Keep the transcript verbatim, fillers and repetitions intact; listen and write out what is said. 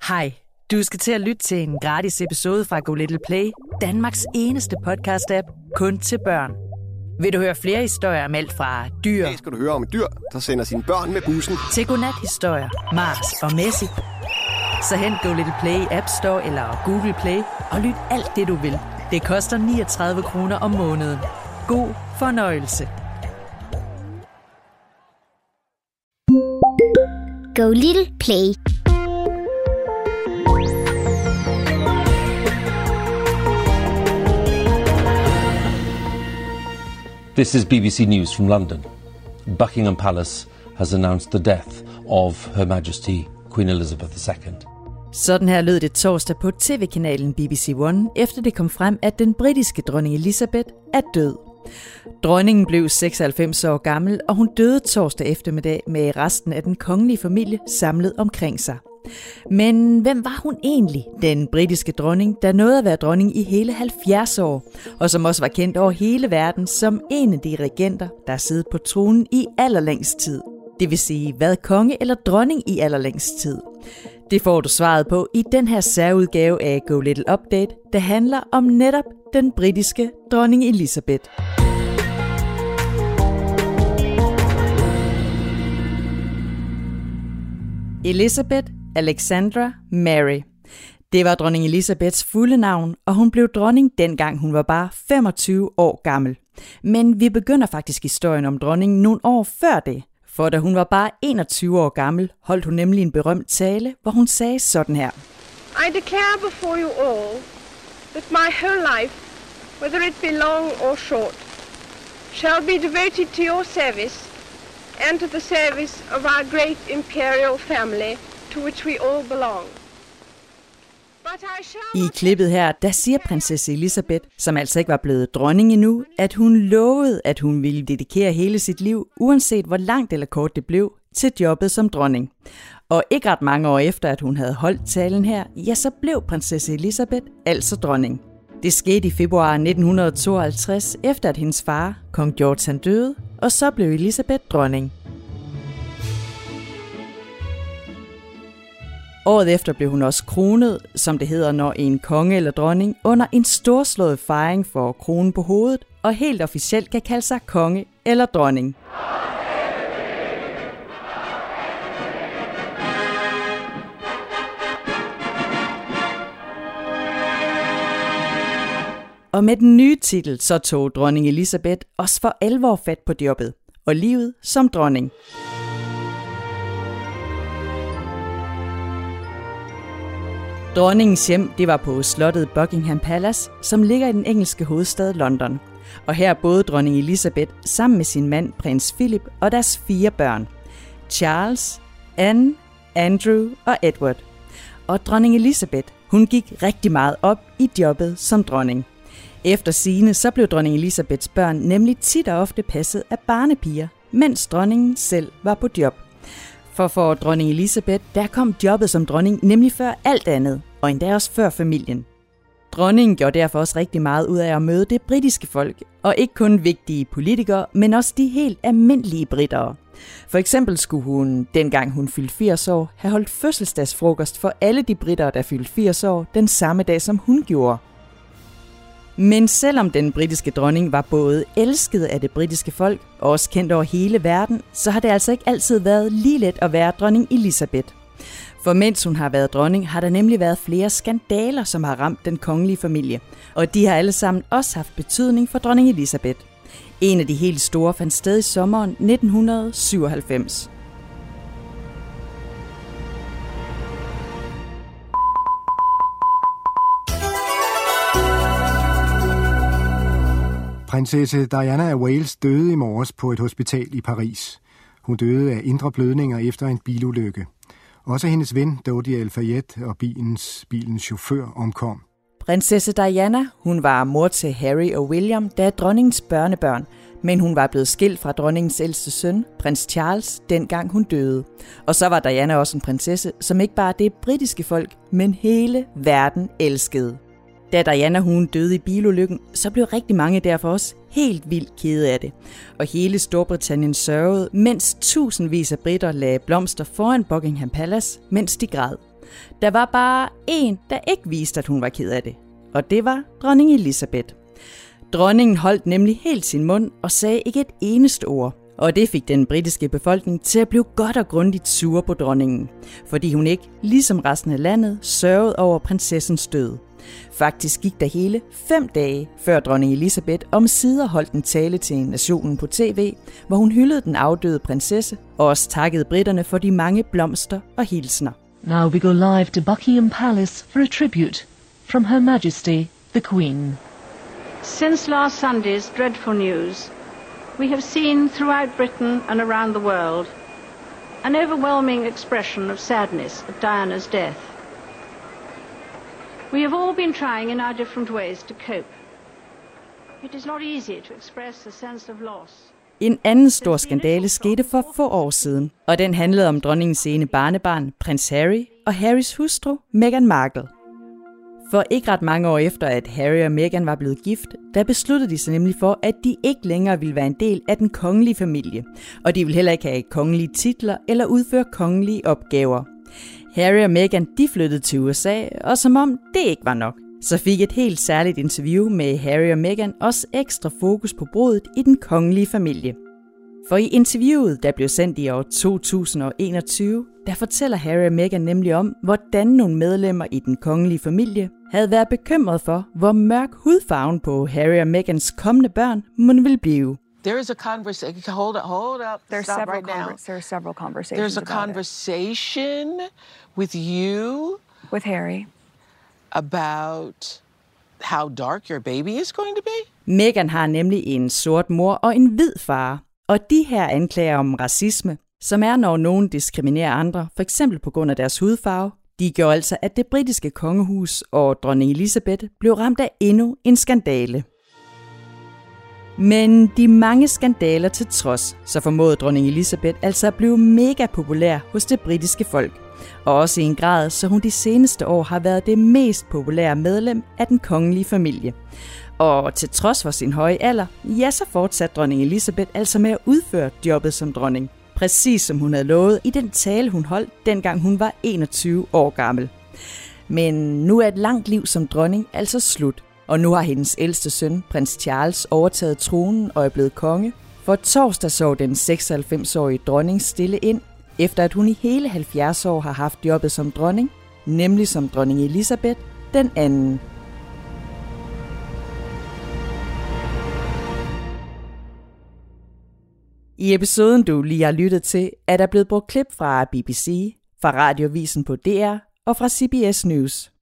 Hej, du skal til at lytte til en gratis episode fra Go Little Play, Danmarks eneste podcast-app kun til børn. Vil du høre flere historier om alt fra dyr... Det skal du høre om et dyr, der sender sine børn med bussen. ...til godnat-historier, Mars og Messi. Så hent Go Little Play App Store eller Google Play og lyt alt det, du vil. Det koster niogtredive kroner om måneden. God fornøjelse. Go Little Play. This is B B C News from London. Buckingham Palace has announced the death of Her Majesty Queen Elizabeth the second. Sådan her lød det torsdag på tv-kanalen B B C One, efter det kom frem, at den britiske dronning Elizabeth er død. Dronningen blev seksoghalvfems år gammel, og hun døde torsdag eftermiddag med resten af den kongelige familie samlet omkring sig. Men hvem var hun egentlig, den britiske dronning, der nåede at være dronning i hele halvfjerds år, og som også var kendt over hele verden som en af de regenter, der har siddet på tronen i allerlængst tid? Det vil sige, hvad konge eller dronning i allerlængst tid? Det får du svaret på i den her særudgave af Go Little Update, der handler om netop den britiske dronning Elizabeth. Elizabeth Alexandra Mary. Det var dronning Elizabeths fulde navn, og hun blev dronning dengang hun var bare femogtyve år gammel. Men vi begynder faktisk historien om dronningen nogle år før det, for da hun var bare enogtyve år gammel, holdt hun nemlig en berømt tale, hvor hun sagde sådan her. I declare before you all that my whole life, whether it be long or short, shall be devoted to your service and to the service of our great imperial family, to which we all belong. But I shall... I klippet her, der siger prinsesse Elizabeth, som altså ikke var blevet dronning endnu, at hun lovede, at hun ville dedikere hele sit liv, uanset hvor langt eller kort det blev, til jobbet som dronning. Og ikke ret mange år efter, at hun havde holdt talen her, ja, så blev prinsesse Elizabeth altså dronning. Det skete i februar nitten tooghalvtreds, efter at hendes far, kong George, han døde, og så blev Elizabeth dronning. Året efter blev hun også kronet, som det hedder, når en konge eller dronning under en storslået fejring får kronen på hovedet, og helt officielt kan kalde sig konge eller dronning. Og med den nye titel, så tog dronning Elizabeth også for alvor fat på jobbet og livet som dronning. Dronningens hjem, det var på slottet Buckingham Palace, som ligger i den engelske hovedstad London. Og her boede dronning Elizabeth sammen med sin mand, prins Philip, og deres fire børn. Charles, Anne, Andrew og Edward. Og dronning Elizabeth, hun gik rigtig meget op i jobbet som dronning. Efter sigende, så blev dronning Elizabeths børn nemlig tit og ofte passet af barnepiger, mens dronningen selv var på job. For for dronning Elizabeth, der kom jobbet som dronning nemlig før alt andet, og endda også før familien. Dronningen gjorde derfor også rigtig meget ud af at møde det britiske folk, og ikke kun vigtige politikere, men også de helt almindelige britere. For eksempel skulle hun, dengang hun fyldte firs år, have holdt fødselsdagsfrokost for alle de britere, der fyldte firs år, den samme dag som hun gjorde. Men selvom den britiske dronning var både elsket af det britiske folk og også kendt over hele verden, så har det altså ikke altid været lige let at være dronning Elizabeth. For mens hun har været dronning, har der nemlig været flere skandaler, som har ramt den kongelige familie, og de har alle sammen også haft betydning for dronning Elizabeth. En af de helt store fandt sted i sommeren nitten syvoghalvfems. Prinsesse Diana af Wales døde i morges på et hospital i Paris. Hun døde af indre blødninger efter en bilulykke. Også hendes ven, Dodi Al-Fayed, og bilens, bilens chauffør omkom. Prinsesse Diana, hun var mor til Harry og William, der er dronningens børnebørn, men hun var blevet skilt fra dronningens ældste søn, prins Charles, dengang hun døde. Og så var Diana også en prinsesse, som ikke bare det britiske folk, men hele verden elskede. Da Diana hun døde i bilulykken, så blev rigtig mange derfor også helt vildt kede af det. Og hele Storbritannien sørgede, mens tusindvis af briter lagde blomster foran Buckingham Palace, mens de græd. Der var bare en, der ikke viste, at hun var ked af det. Og det var dronning Elizabeth. Dronningen holdt nemlig helt sin mund og sagde ikke et eneste ord. Og det fik den britiske befolkning til at blive godt og grundigt sure på dronningen, fordi hun ikke, ligesom resten af landet, sørgede over prinsessens død. Faktisk gik der hele fem dage, før dronning Elizabeth omsider holdt en tale til nationen på tv, hvor hun hyldede den afdøde prinsesse og også takkede britterne for de mange blomster og hilsner. Now we go live to Buckingham Palace for a tribute from Her Majesty the Queen. Since last Sunday's dreadful news, we have seen throughout Britain and around the world an overwhelming expression of sadness at Diana's death. We have all been trying in our different ways to cope. It is not easy to express a sense of loss. En anden stor skandale skete for få år siden, og den handlede om dronningens ene barnebarn, prins Harry, og Harrys hustru, Meghan Markle. For ikke ret mange år efter, at Harry og Meghan var blevet gift, der besluttede de sig nemlig for, at de ikke længere ville være en del af den kongelige familie, og de ville heller ikke have kongelige titler eller udføre kongelige opgaver. Harry og Meghan de flyttede til U S A, og som om det ikke var nok, så fik et helt særligt interview med Harry og Meghan også ekstra fokus på brudet i den kongelige familie. For i interviewet, der blev sendt i år to tusind og enogtyve, der fortæller Harry og Meghan nemlig om, hvordan nogle medlemmer i den kongelige familie havde været bekymret for, hvor mørk hudfarven på Harry og Meghans kommende børn må ville blive. There is a conversation. Hold up, hold up. There's Stop several right now. conver- there are several conversations. There's a about conversation it. with you with Harry about how dark your baby is going to be. Meghan har nemlig en sort mor og en hvid far, og de her anklager om racisme, som er når nogen diskriminerer andre, for eksempel på grund af deres hudfarve, de gjorde altså, at det britiske kongehus og dronning Elizabeth blev ramt af endnu en skandale. Men de mange skandaler til trods, så formåede dronning Elizabeth altså at blive mega populær hos det britiske folk. Og også i en grad, så hun de seneste år har været det mest populære medlem af den kongelige familie. Og til trods for sin høje alder, ja, så fortsatte dronning Elizabeth altså med at udføre jobbet som dronning. Præcis som hun havde lovet i den tale, hun holdt, dengang hun var enogtyve år gammel. Men nu er et langt liv som dronning altså slut. Og nu har hendes ældste søn, prins Charles, overtaget tronen og er blevet konge. For torsdag så den seksoghalvfems-årige dronning stille ind, efter at hun i hele halvfjerds år har haft jobbet som dronning, nemlig som dronning Elizabeth den anden. I episoden, du lige har lyttet til, er der blevet brugt klip fra B B C, fra Radiovisen på D R og fra C B S News.